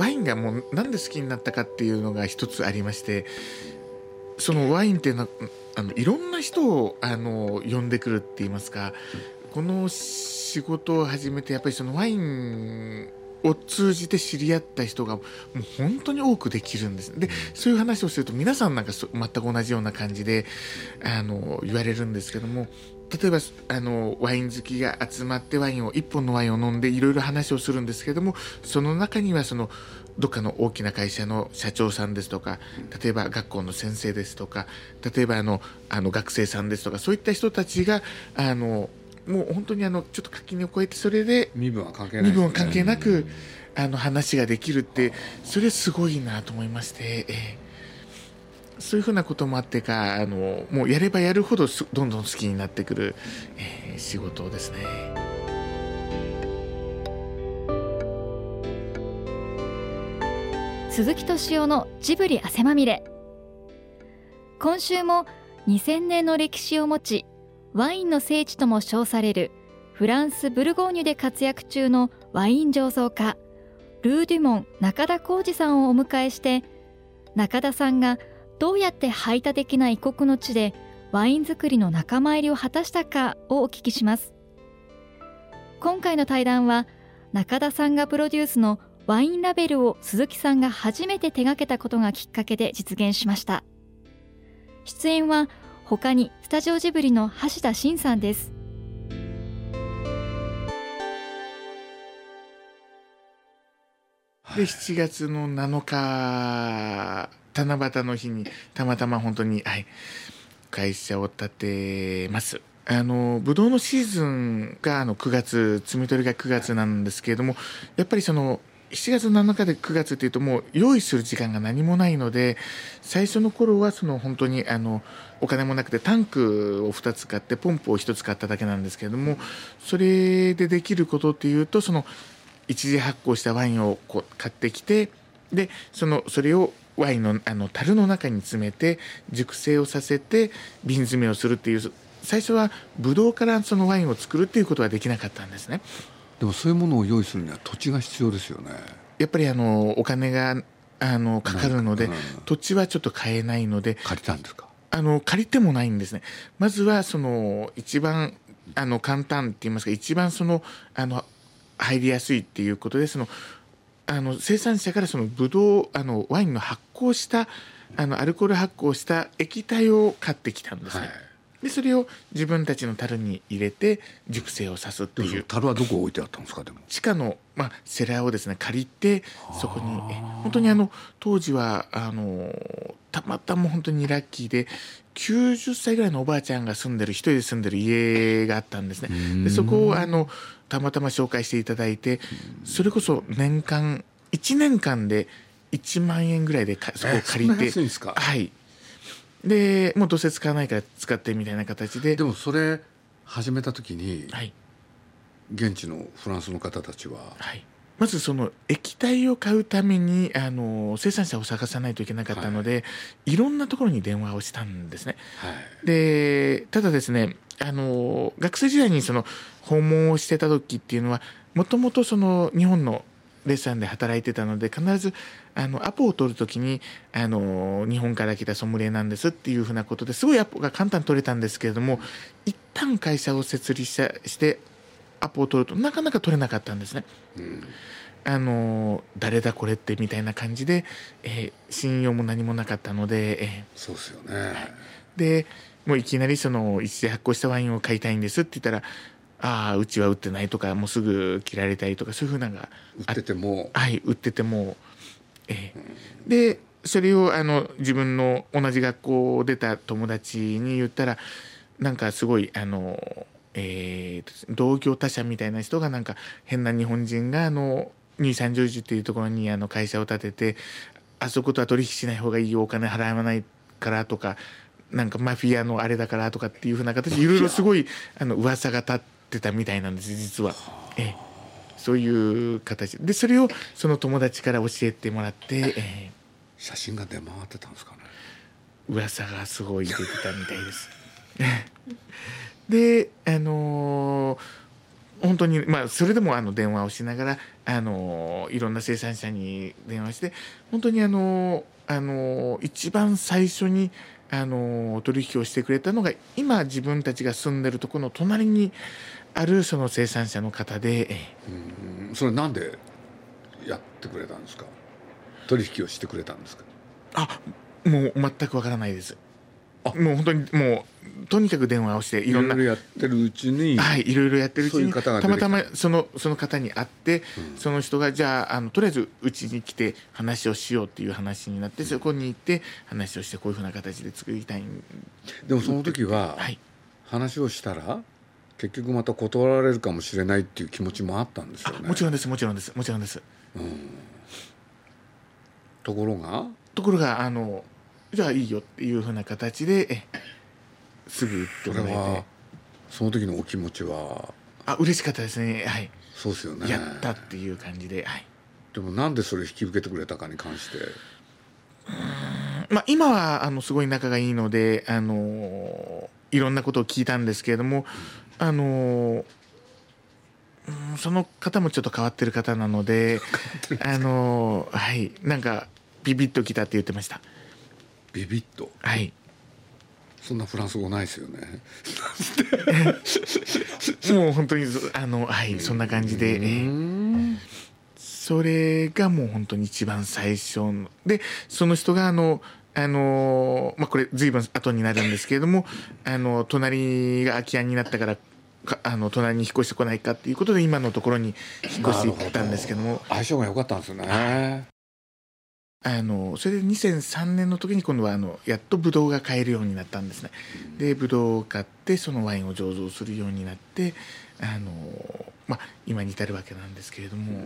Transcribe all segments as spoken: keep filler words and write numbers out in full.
ワインがもうなんで好きになったかっていうのが一つありまして、そのワインっていうのはあのいろんな人をあの呼んでくるって言いますか、この仕事を始めてやっぱりそのワインを通じて知り合った人がもう本当に多くできるんです。でそういう話をすると皆さんなんか全く同じような感じであの言われるんですけども、例えばあのワイン好きが集まってワインを一本のワインを飲んでいろいろ話をするんですけども、その中にはそのどっかの大きな会社の社長さんですとか、例えば学校の先生ですとか、例えばあのあの学生さんですとか、そういった人たちがあのもう本当にあのちょっと垣根を越えて、それで身分は関係ないですね、 身分は関係なくあの話ができるって、それすごいなと思いまして、えー、そういうふうなこともあってか、あのもうやればやるほどどんどん好きになってくる、えー、仕事ですね。 鈴木敏夫のジブリ汗まみれ。今週もにせんねんの歴史を持ち、ワインの聖地とも称されるフランス・ブルゴーニュで活躍中のワイン醸造家ルー・デュモン中田浩二さんをお迎えして、中田さんがどうやって排他的な異国の地でワイン作りの仲間入りを果たしたかをお聞きします。今回の対談は中田さんがプロデュースのワインラベルを鈴木さんが初めて手掛けたことがきっかけで実現しました。出演は他にスタジオジブリの橋田真さんです。 でしちがつのなのか七夕の日にたまたま本当に、はい、会社を建てます。あのブドウのシーズンがあのくがつ、摘み取りがくがつなんですけれども、やっぱりそのしちがつなのかでくがつっていうともう用意する時間が何もないので、最初の頃はその本当にあのお金もなくてタンクをふたつ買ってポンプをひとつ買っただけなんですけれども、それでできることっていうと、その一次発酵したワインをこう買ってきて、で そのそれをワイン の, あの樽の中に詰めて熟成をさせて瓶詰めをするっていう、最初はブドウからそのワインを作るっていうことはできなかったんですね。 でもそういうものを用意するには土地が必要ですよね。 やっぱりあのお金があのかかるので、 うん、 土地はちょっと買えないので。 借りたんですか？ あの借りてもないんですね。まずはその一番あの簡単って言いますか、一番そのあの入りやすいっていうことで、そのあの生産者からそのブドウあのワインの発酵したあのアルコール発酵した液体を買ってきたんですね、はい。でそれを自分たちの樽に入れて熟成をさすっていう。 樽はどこ置いてあったんですか？でも地下の、まあ、セラーをですね借りて、そこに本当にあの当時はあのたまたま本当にラッキーできゅうじゅっさいぐらいのおばあちゃんが住んでる一人で住んでる家があったんですね。でそこをあのたまたま紹介していただいて、それこそ年間いちねんかんでいちまんえんぐらいでそこを借りて、 安いんですか？ はい。でもうどうせ使わないから使ってみたいな形で。 でもそれ始めた時に、 はい、 現地のフランスの方たちは、 はい、まずその液体を買うためにあの生産者を探さないといけなかったので、はい、いろんなところに電話をしたんですね、はい、でただですねあの学生時代にその訪問をしてた時っていうのはもともとその日本のレストランで働いてたので、必ずあのアポを取るときにあの日本から来たソムリエなんですっていうふうなことですごいアポが簡単に取れたんですけれども、一旦会社を設立したしてアポを取るとなかなか取れなかったんですね、うん、あの誰だこれってみたいな感じで、えー、信用も何もなかったので、えー、そうですよね。 でもういきなりその一次発酵したワインを買いたいんですって言ったら、ああうちは売ってないとか、もうすぐ切られたりとか、そういうふうなのが売ってても、 はい売ってても、えー、でそれをあの自分の同じ学校を出た友達に言ったら、なんかすごいあの、えー、同業他社みたいな人がなんか変な日本人があのにさんじゅうじっていうところにあの会社を建てて、あそことは取引しない方がいいよ、お金払わないからとか、なんかマフィアのあれだからとかっていうふうな形でいろいろすごいあの噂が立ってたみたいなんです実は。えーそういう形で、それをその友達から教えてもらって、えー、 写真が出回ってたんですかね。 噂がすごい出てたみたいですであのー、 本当に、まあ、それでもあの電話をしながらあのいろんな生産者に電話して本当にあのあの一番最初にあの取引をしてくれたのが今自分たちが住んでるところの隣にあるその生産者の方で、 うん、それなんでやってくれたんですか？取引をしてくれたんですか？ あ、もう全くわからないです。もう本当にもうとにかく電話をしていろんないろいろやってるうちに、 はい、いろいろやってるうちにそういう方がた出てきたまたまそのその方に会って、 うん、 その人がじゃあ、あのとりあえずうちに来て話をしようっていう話になって、そこに行って話をしてこういうふうな形で作りたい。 でもその時は、 はい、 話をしたら結局また断られるかもしれないっていう気持ちもあったんですよね。 もちろんですもちろんですもちろんです、 うん、ところがところがあのじゃあいいよっていうふうな形でえすぐそれはその時のお気持ちはあ嬉しかったですね。はい、 そうですよね。 やったっていう感じで、はい、 でもなんでそれ引き受けてくれたかに関して、 うーん、まあ、今はあのすごい仲がいいのであのいろんなことを聞いたんですけれども、うん、あのうん、その方もちょっと変わってる方なのであのはいなんかビビッときたって言ってました。 ビビッと、 はい、 そんなフランス語ないですよねもう本当にあの、はい、そんな感じで、えー、それがもう本当に一番最初ので、その人があのあの、まあ、これ随分後になるんですけれども、あの隣が空き家になったからかあの隣に引っ越してこないかっていうことで今のところに引っ越していったんですけども、 相性が良かったんですよね。 あのそれでにせんさんねんの時に今度はあのやっとブドウが買えるようになったんですね。でブドウを買ってそのワインを醸造するようになってあの、まあ、今に至るわけなんですけれども、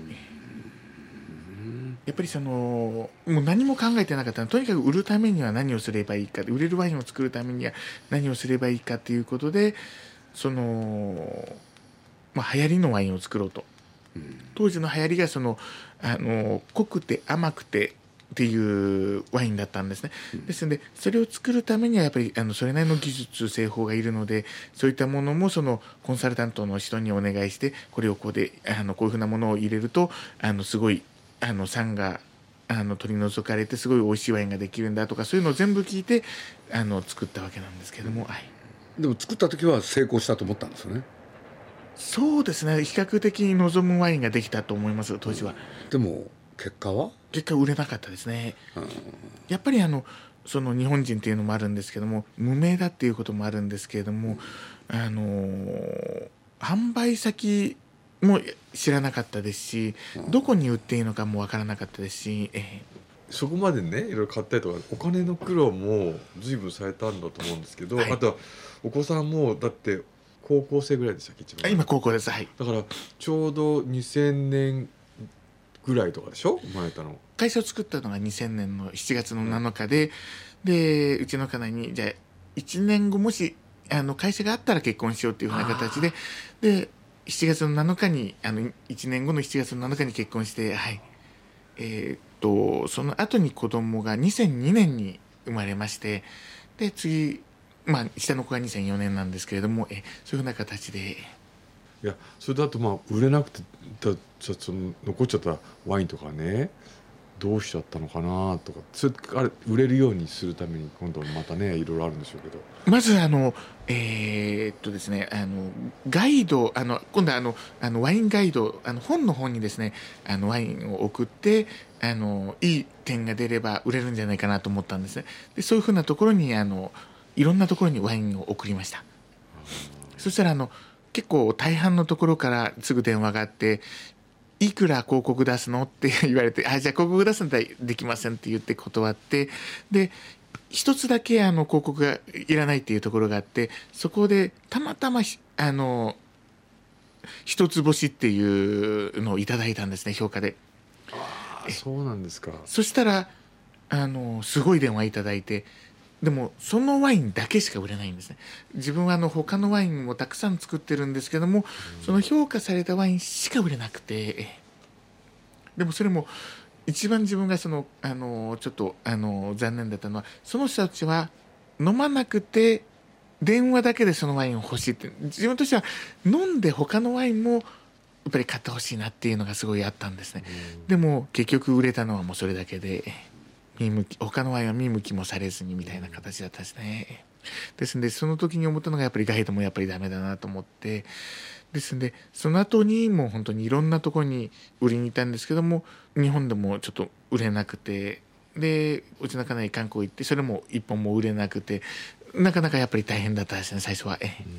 やっぱりそのもう何も考えてなかったのとにかく売るためには何をすればいいか、売れるワインを作るためには何をすればいいかということでその、まあ、流行りのワインを作ろうと。当時の流行りがそのあの濃くて甘くてっていうワインだったんですね。ですのでそれを作るためにはやっぱりあのそれなりの技術製法がいるので、そういったものもそのコンサルタントの人にお願いしてこれをこうであのこういうふうなものを入れるとあのすごいあの酸があの取り除かれてすごい美味しいワインができるんだとかそういうのを全部聞いてあの作ったわけなんですけども、はい、 でも作った時は成功したと思ったんですよね。 そうですね、比較的望むワインができたと思います当時は。 でも結果は結果売れなかったですね。 うん、 やっぱりあのその日本人っていうのもあるんですけども無名だっていうこともあるんですけれども、あのー販売先も知らなかったですし、どこに売っていいのかもわからなかったですし、えそこまでねいろいろ買ったりとかお金の苦労も随分されたんだと思うんですけど、 はい、 あとはお子さんもだって高校生ぐらいでしたっけ一番。 今高校です。はい、 だからちょうどにせんねんぐらいとかでしょ生まれたの。 会社を作ったのがにせんねんのしちがつのなのかで、うん、でうちの家内にじゃあいちねんごもしあの会社があったら結婚しようっていうふうな形ででしちがつのなのかにあのいちねんごのしちがつのなのかに結婚して、はい、えー、っとその後に子供がにせんにねんに生まれまして、で次、まあ、下の子がにせんよねんなんですけれども、えそういうふうな形で。 いやそれだとまあ売れなくてだちょっと残っちゃったワインとかねどうしちゃったのかなとか、それあれ売れるようにするために今度またねいろいろあるんでしょうけど、 まずあのえー、っとですねあのガイドあの今度はあのあのワインガイドあの本の方にですねあのワインを送ってあのいい点が出れば売れるんじゃないかなと思ったんですね。でそういうふうなところにあのいろんなところにワインを送りました。そしたらあの結構大半のところからすぐ電話があっていくら広告出すのって言われて、あじゃあ広告出すんだったらできませんって言って断って、で一つだけあの広告がいらないっていうところがあって、そこでたまたまあの一つ星っていうのをいただいたんですね、評価で。 ああそうなんですか。 そしたらあのすごい電話いただいて、でもそのワインだけしか売れないんですね。自分はあの他のワインもたくさん作ってるんですけども、その評価されたワインしか売れなくて、でもそれも一番自分がそのあのちょっとあの残念だったのは、その人たちは飲まなくて電話だけでそのワインを欲しいって、自分としては飲んで他のワインもやっぱり買ってほしいなっていうのがすごいあったんですね。でも結局売れたのはもうそれだけで、見向き他のワインは見向きもされずにみたいな形だったですね。ですのでその時に思ったのがやっぱりガイドもやっぱりダメだなと思って、ですのでその後にもう本当にいろんなところに売りに行ったんですけども、日本でもちょっと売れなくて、でうちの家内観光行ってそれも一本も売れなくて、なかなかやっぱり大変だったですね最初は。え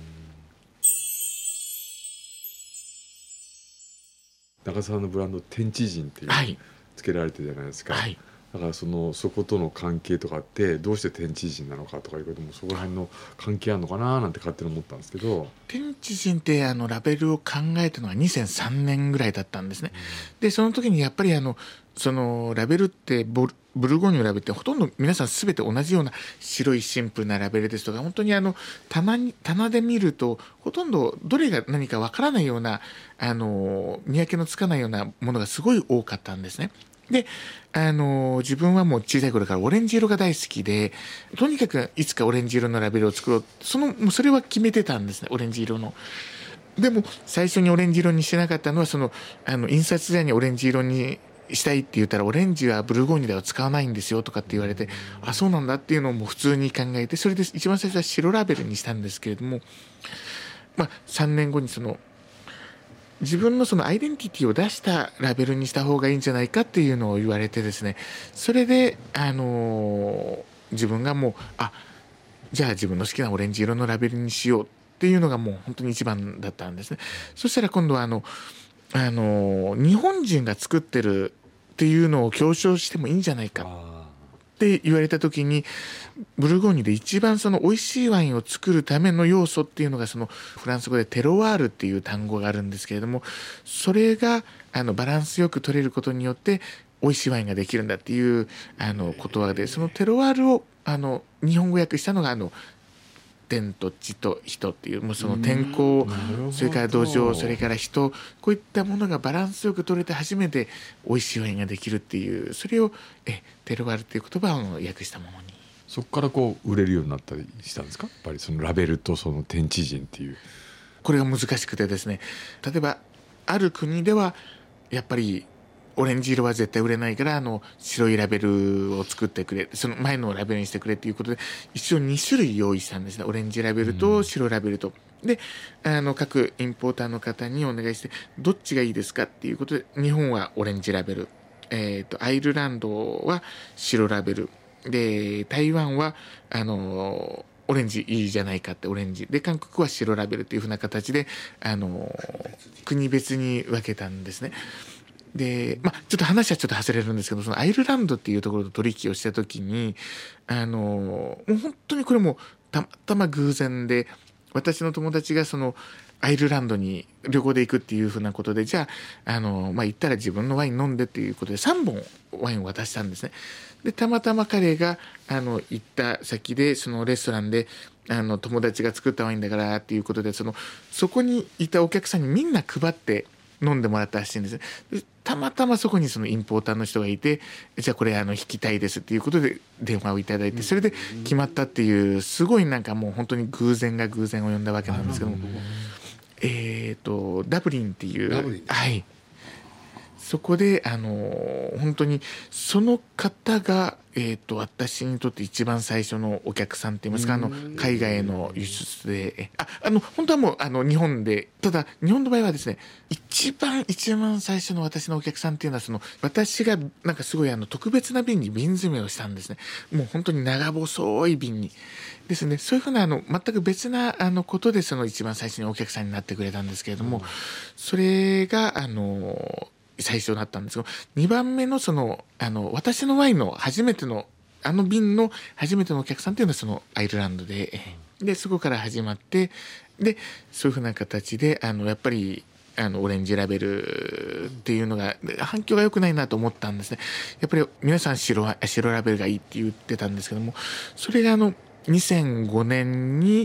中澤のブランド天地人っていう、 はい、 つけられてるじゃないですか、 はい、 だからそのそことの関係とかってどうして天地人なのかとかいうこともそこら辺の関係あるのかななんて勝手に思ったんですけど、 天地人ってあのラベルを考えたのがにせんさんねんぐらいだったんですね、うん、でその時にやっぱりあのそのラベルってボルブルゴーニュのラベルってほとんど皆さん全て同じような白いシンプルなラベルですとか、本当にあの棚に棚で見るとほとんどどれが何かわからないようなあの見分けのつかないようなものがすごい多かったんですね。であの自分はもう小さい頃からオレンジ色が大好きで、とにかくいつかオレンジ色のラベルを作ろう、そのもうそれは決めてたんですね、オレンジ色の。でも最初にオレンジ色にしてなかったのは、そのあの印刷材にオレンジ色にしたいって言ったら、オレンジはブルゴーニュでは使わないんですよとかって言われて、あそうなんだっていうのをもう普通に考えて、それで一番最初は白ラベルにしたんですけれども、まあさんねんごにその自分のそのアイデンティティを出したラベルにした方がいいんじゃないかっていうのを言われてですね、それであのー、自分がもうあじゃあ自分の好きなオレンジ色のラベルにしようっていうのがもう本当に一番だったんですね。そしたら今度はあのあの日本人が作ってるっていうのを強調してもいいんじゃないかって言われた時に、ブルゴーニュで一番その美味しいワインを作るための要素っていうのが、そのフランス語でテロワールっていう単語があるんですけれども、それがあのバランスよく取れることによって美味しいワインができるんだっていうあの言葉で、そのテロワールをあの日本語訳したのがあの天と地と人っていう、もうその天候、それから土壌、それから人、こういったものがバランスよく取れて初めて美味しいワインができるっていう、それをえテロワールっていう言葉を訳したものに。 そこからこう売れるようになったりしたんですか？やっぱりそのラベルとその天地人っていう、 これが難しくてですね、例えばある国ではやっぱりオレンジ色は絶対売れないから、あの白いラベルを作ってくれ、その前のラベルにしてくれっていうことで、一応に種類用意したんですね。オレンジラベルと白ラベルと、うん、であの各インポーターの方にお願いして、どっちがいいですかっていうことで、日本はオレンジラベル、えーと、アイルランドは白ラベルで、台湾はあのオレンジいいじゃないかってオレンジで、韓国は白ラベルっていう風な形であの国別に分けたんですね。で、まあ、ちょっと話はちょっと外れるんですけど、そのアイルランドっていうところと取引をしたときに、あの、もう本当にこれもたまたま偶然で、私の友達がそのアイルランドに旅行で行くっていうふうなことで、じゃあ、あの、まあ、行ったら自分のワイン飲んでっていうことでさんぼんワインを渡したんですね。で、たまたま彼が、あの、行った先で、そのレストランで、あの、友達が作ったワインだからっていうことで、その、そこにいたお客さんにみんな配って、飲んでもらったらしいんです。でたまたまそこにそのインポーターの人がいて、じゃあこれあの引きたいですっていうことで電話をいただいて、それで決まったっていう、すごいなんかもう本当に偶然が偶然を呼んだわけなんですけども、えっとダブリンっていう、はい、そこであの本当にその方が、えー、と私にとって一番最初のお客さんって言いますか、あの海外への輸出で、ああの本当はもうあの日本で、ただ日本の場合はですね、一番一番最初の私のお客さんっていうのは、その私がなんかすごいあの特別な瓶に瓶詰めをしたんですね。もう本当に長細い瓶にですね、そういうふうなあの全く別なあのことで、その一番最初にお客さんになってくれたんですけれども、それがあの最初だったんですけど、にばんめのそのあの私のワインの初めてのあの瓶の初めてのお客さんっていうのはそのアイルランドで、でそこから始まって、でそういうふうな形であのやっぱりあのオレンジラベルっていうのが反響が良くないなと思ったんですね。やっぱり皆さん 白, 白ラベルがいいって言ってたんですけども、それがあのにせんごねんに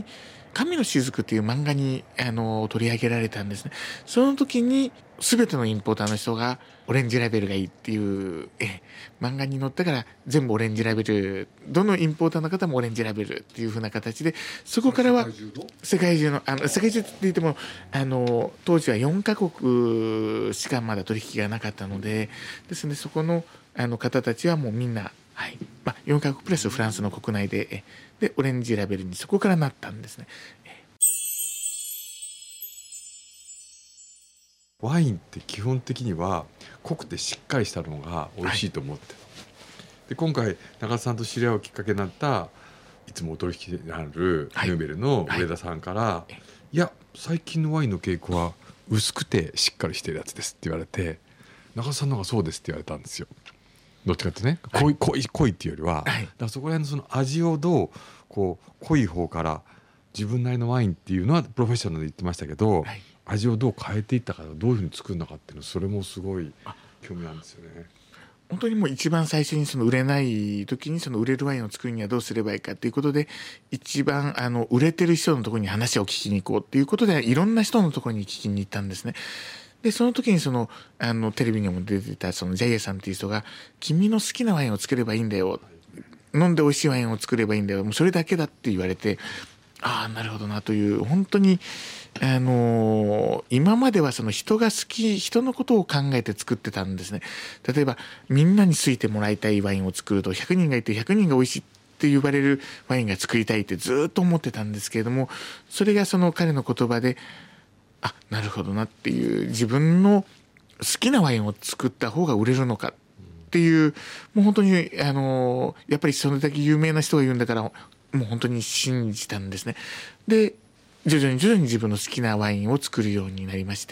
神の雫っていう漫画にあの取り上げられたんですね。その時に全てのインポーターの人がオレンジラベルがいいっていうえ漫画に載ったから全部オレンジラベル、どのインポーターの方もオレンジラベルっていう風な形で、そこからは世界中のあの世界中って言ってもあの当時はよんカ国しかまだ取引がなかったのでですね、そこのあの方たちはもうみんな、はいまあ、よんカ国プラスフランスの国内ででオレンジラベルにそこからなったんですね。 ワインって基本的には濃くてしっかりしたのが美味しいと思って、はい、で今回中田さんと知り合うきっかけになったいつもお取引になるヌーベルの上田さんから、はい、いや最近のワインの傾向は薄くてしっかりしてるやつですって言われて、中田さんの方がそうですって言われたんですよ。どっちかってね、濃い、濃い、濃いっていうよりは、はい、だからそこら辺のその味をどうこう濃い方から自分なりのワインっていうのはプロフェッショナルで言ってましたけど、はい、味をどう変えていったか、どういうふうに作るのかっていうの、それもすごい興味あるんですよね。 本当にもう一番最初にその売れない時にその売れるワインを作るにはどうすればいいかっていうことで、一番あの売れてる人のところに話を聞きに行こうっていうことでいろんな人のところに聞きに行ったんですね。でその時にそのあのテレビにも出てたそのジャイエさんっていう人が、君の好きなワインを作ればいいんだよ、飲んで美味しいワインを作ればいいんだよ、もうそれだけだって言われて、ああなるほどなという、本当にあのー、今まではその人が好き、人のことを考えて作ってたんですね。例えばみんなに好いてもらいたいワインを作るとひゃくにんがいてひゃくにんが美味しいって言われるワインが作りたいってずっと思ってたんですけれども、それがその彼の言葉で、あなるほどなっていう、自分の好きなワインを作った方が売れるのかっていう、もう本当にあのー、やっぱりそれだけ有名な人が言うんだからもう本当に信じたんですね。で徐々に徐々に自分の好きなワインを作るようになりまして。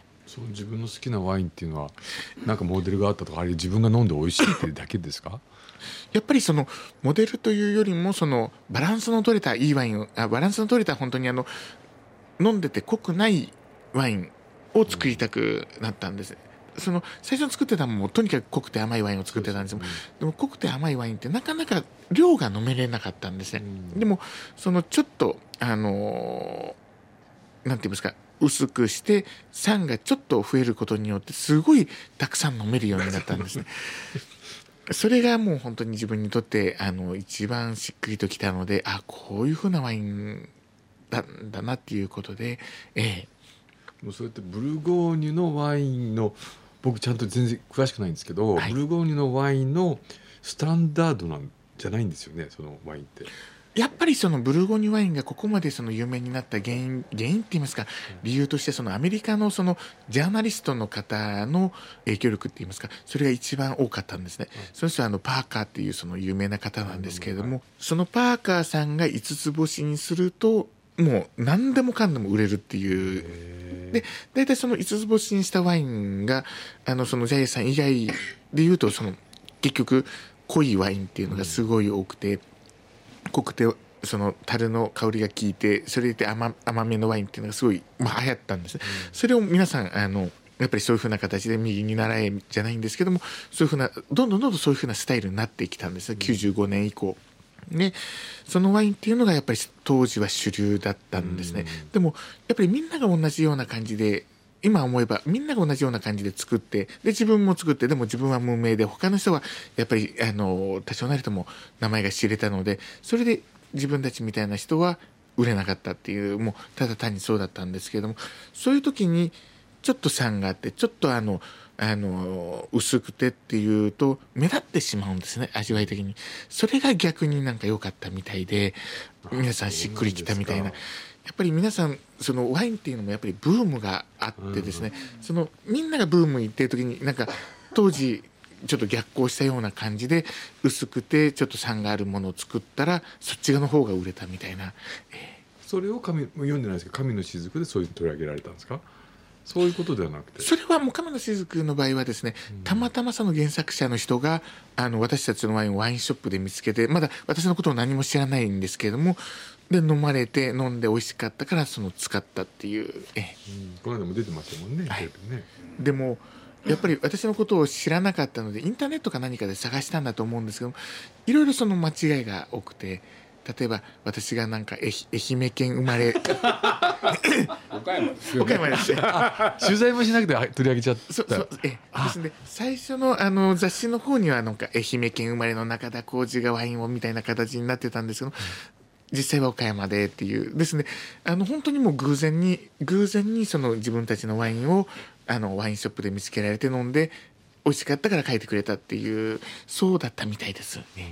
そう自分の好きなワインっていうのはなんかモデルがあったとか、あれ自分が飲んで美味しいってだけですか？ やっぱりそのモデルというよりもそのバランスの取れたいいワインを、あバランスの取れた本当にあの飲んでて濃くないワインを作りたくなったんです。その最初に作ってたのもとにかく濃くて甘いワインを作ってたんですよ。でも濃くて甘いワインってなかなか量が飲めれなかったんですね。でもそのちょっとあのー、なんて言いますか、薄くして酸がちょっと増えることによってすごいたくさん飲めるようになったんですね。それがもう本当に自分にとってあの一番しっくりときたので、あこういう風なワインだんだなっていうことで、ええもうそうやってブルゴーニュのワインの、僕ちゃんと全然詳しくないんですけど、はい、ブルゴーニュのワインのスタンダードなんじゃないんですよね、そのワインって。 やっぱりそのブルゴーニュワインがここまでその有名になった原因原因って言いますか、理由としてそのアメリカのそのジャーナリストの方の影響力って言いますか、それが一番多かったんですね。うん、その人はあのパーカーっていうその有名な方なんですけれども、そのパーカーさんがいつつ星にするともう何でもかんでも売れるっていう。で大体そのいつつ星にしたワインがあのそのジャイエさん以外でいうとその結局濃いワインっていうのがすごい多くて、濃くてその樽の香りが効いて、それで 甘, 甘めのワインっていうのがすごい、まあ、流行ったんですね。それを皆さんあのやっぱりそういう風な形で右に習えじゃないんですけども、そういう風などんどんどんどんそういう風なスタイルになってきたんですね、きゅうじゅうごねん以降。でそのワインっていうのがやっぱり当時は主流だったんですね。でもやっぱりみんなが同じような感じで、今思えばみんなが同じような感じで作って、で自分も作って、でも自分は無名で他の人はやっぱりあの多少なりとも名前が知れたので、それで自分たちみたいな人は売れなかったっていう、もうただ単にそうだったんですけれども、そういう時にちょっと酸があってちょっとあのあの薄くてっていうと目立ってしまうんですね、味わい的に。それが逆になんか良かったみたいで、皆さんしっくりきたみたいな。やっぱり皆さんそのワインっていうのもやっぱりブームがあってですね、そのみんながブーム行ってる時になんか当時ちょっと逆行したような感じで薄くてちょっと酸があるものを作ったらそっち側の方が売れたみたいな。 えー、それを神読んでないですけど、神の雫でそういう取り上げられたんですか？そういうことではなくて、 それはもう神の雫の場合はですね、うん、たまたまその原作者の人があの私たちのワインをワインショップで見つけて、まだ私のことを何も知らないんですけれども、で飲まれて飲んで美味しかったからその使ったっていう、え、 うん、この間も出てましたもんね、はい、ね。 でもやっぱり私のことを知らなかったのでインターネットか何かで探したんだと思うんですけども、いろいろその間違いが多くて、 例えば私がなんか愛愛媛県生まれ岡山ですよね。 岡山ですね取材もしなくてあ取り上げちゃったそうそうえですね、最初のあの雑誌の方にはなんか愛媛県生まれの中田浩二がワインをみたいな形になってたんですけど、実際は岡山でっていうですね、あの本当にもう偶然に偶然にその自分たちのワインをあのワインショップで見つけられて飲んで美味しかったから書いてくれたっていう、そうだったみたいですね。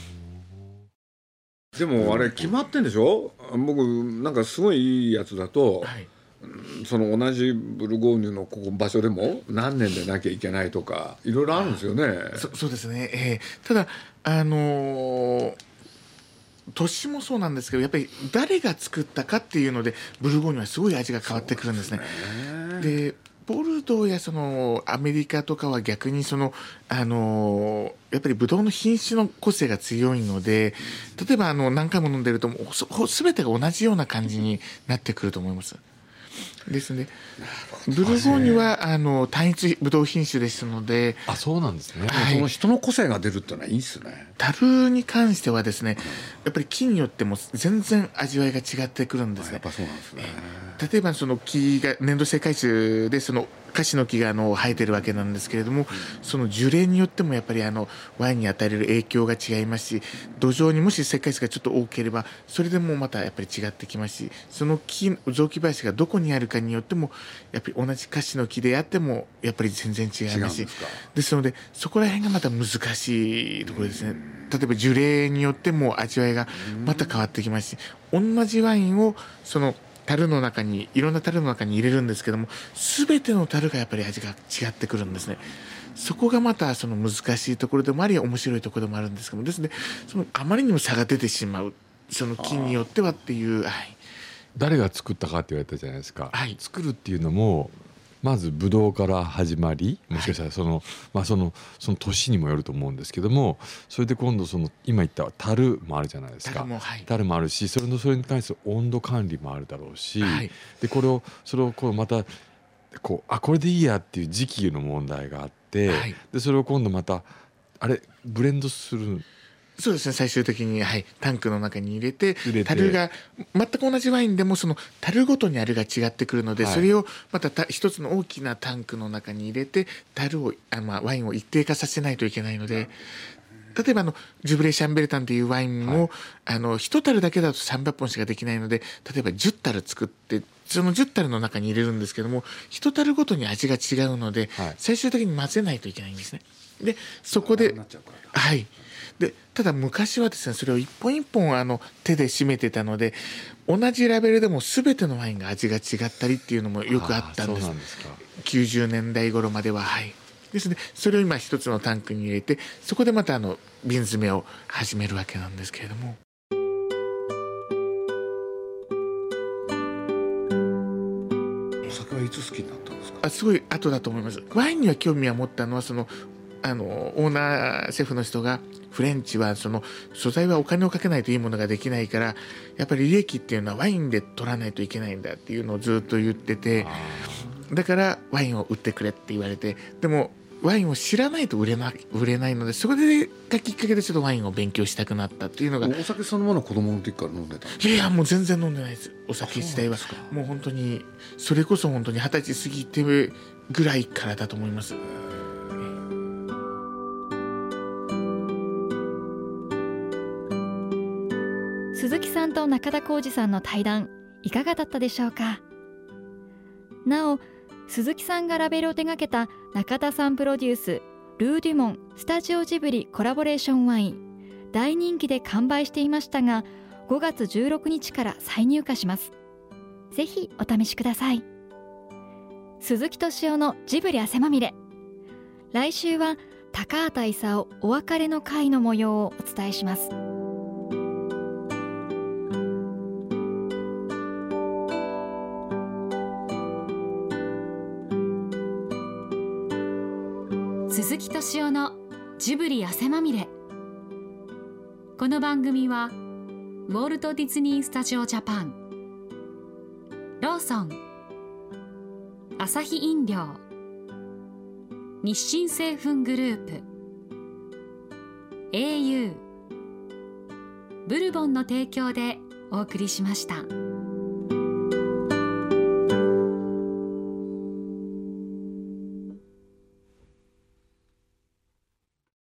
でもあれ決まってんでしょ。僕なんかすごいいいやつだと、はい、その同じブルゴーニュのここ場所でも何年でなきゃいけないとかいろいろあるんですよね。 そ, そうですね、えー、ただあのー、年もそうなんですけど、やっぱり誰が作ったかっていうのでブルゴーニュはすごい味が変わってくるんですね。でボルドーやそのアメリカとかは逆にその、あのー、やっぱりブドウの品種の個性が強いので、例えばあの何回も飲んでるともうすべてが同じような感じになってくると思います。ですね、ブルゴーニュはあの単一ブドウ品種ですので。 あ、そうなんですね、 はい、 その人の個性が出るってのはいいですね。 樽に関してはですね、やっぱり木によっても全然味わいが違ってくるんですね。 やっぱそうなんですね。 例えばその木が粘土性海種でそのカシの木があの生えてるわけなんですけれども、その樹齢によってもやっぱりあのワインに与えれる影響が違いますし、土壌にもし石灰質がちょっと多ければそれでもまたやっぱり違ってきますし、その木雑木林がどこにあるかによってもやっぱり同じカシの木であってもやっぱり全然違いますし、ですのでそこら辺がまた難しいところですね。例えば樹齢によっても味わいがまた変わってきますし、同じワインをその樽の中にいろんな樽の中に入れるんですけども、全ての樽がやっぱり味が違ってくるんですね。そこがまたその難しいところでもあり面白いところでもあるんですけども、ですね、そのあまりにも差が出てしまう、その木によってはっていう、はい、 誰が作ったかって言われたじゃないですか、 はい、 作るっていうのもまずブドウから始まり、もしかしたらその、はい、まあ、そのその年にもよると思うんですけども、それで今度その今言った樽もあるじゃないですか。樽も、はい、樽もあるし、それのそれに関する温度管理もあるだろうし、はい、でこれをそれをこうまたこうあこれでいいやっていう時期の問題があって、はい、でそれを今度またあれブレンドする。 そうですね、最終的に、はい、タンクの中に入れて、樽が全く同じワインでもその樽ごとにあるが違ってくるので、はい、それをまた一つの大きなタンクの中に入れて樽をあ、まあ、ワインを一定化させないといけないので、例えばあのジュブレーシャンベルタンというワインも、はい、あのいち樽だけだとさんびゃっぽんしかできないので、例えばじゅう樽作ってそのじゅう樽の中に入れるんですけども、いち樽ごとに味が違うので、はい、最終的に混ぜないといけないんですね。でそこではいでただ昔はですね、それを一本一本あの手で締めてたので、同じラベルでも全てのワインが味が違ったりっていうのもよくあったんです。 そうなんですか。 きゅうじゅうねんだい頃までは、はい、ですね、それを今一つのタンクに入れて、そこでまたあの瓶詰めを始めるわけなんですけれども。 お酒はいつ好きになったんですか。 あ、すごい後だと思います。ワインには興味を持ったのはそのあのオーナーシェフの人が、フレンチはその素材はお金をかけないといいものができないから、やっぱり利益っていうのはワインで取らないといけないんだっていうのをずっと言ってて、だからワインを売ってくれって言われて、でもワインを知らないと売れな、売れないので、それがきっかけでちょっとワインを勉強したくなったっていうのが。 お酒そのもの子供の時から飲んでたんですか。 いやいや、もう全然飲んでないです。お酒自体はもう本当にそれこそ本当に二十歳過ぎてぐらいからだと思います。 鈴木さんと中田浩二さんの対談いかがだったでしょうか。なお鈴木さんがラベルを手掛けた中田さんプロデュースルー・デュモンスタジオジブリコラボレーションワイン、大人気で完売していましたが、ごがつじゅうろくにちから再入荷します。ぜひお試しください。鈴木敏夫のジブリ汗まみれ、来週は高畑勲お別れの会の模様をお伝えします。 鈴木敏夫のジブリ汗まみれ。この番組はウォルト・ディズニー・スタジオ・ジャパン、ローソン、アサヒ飲料、日清製粉グループ、 エーユー、 ブルボンの提供でお送りしました。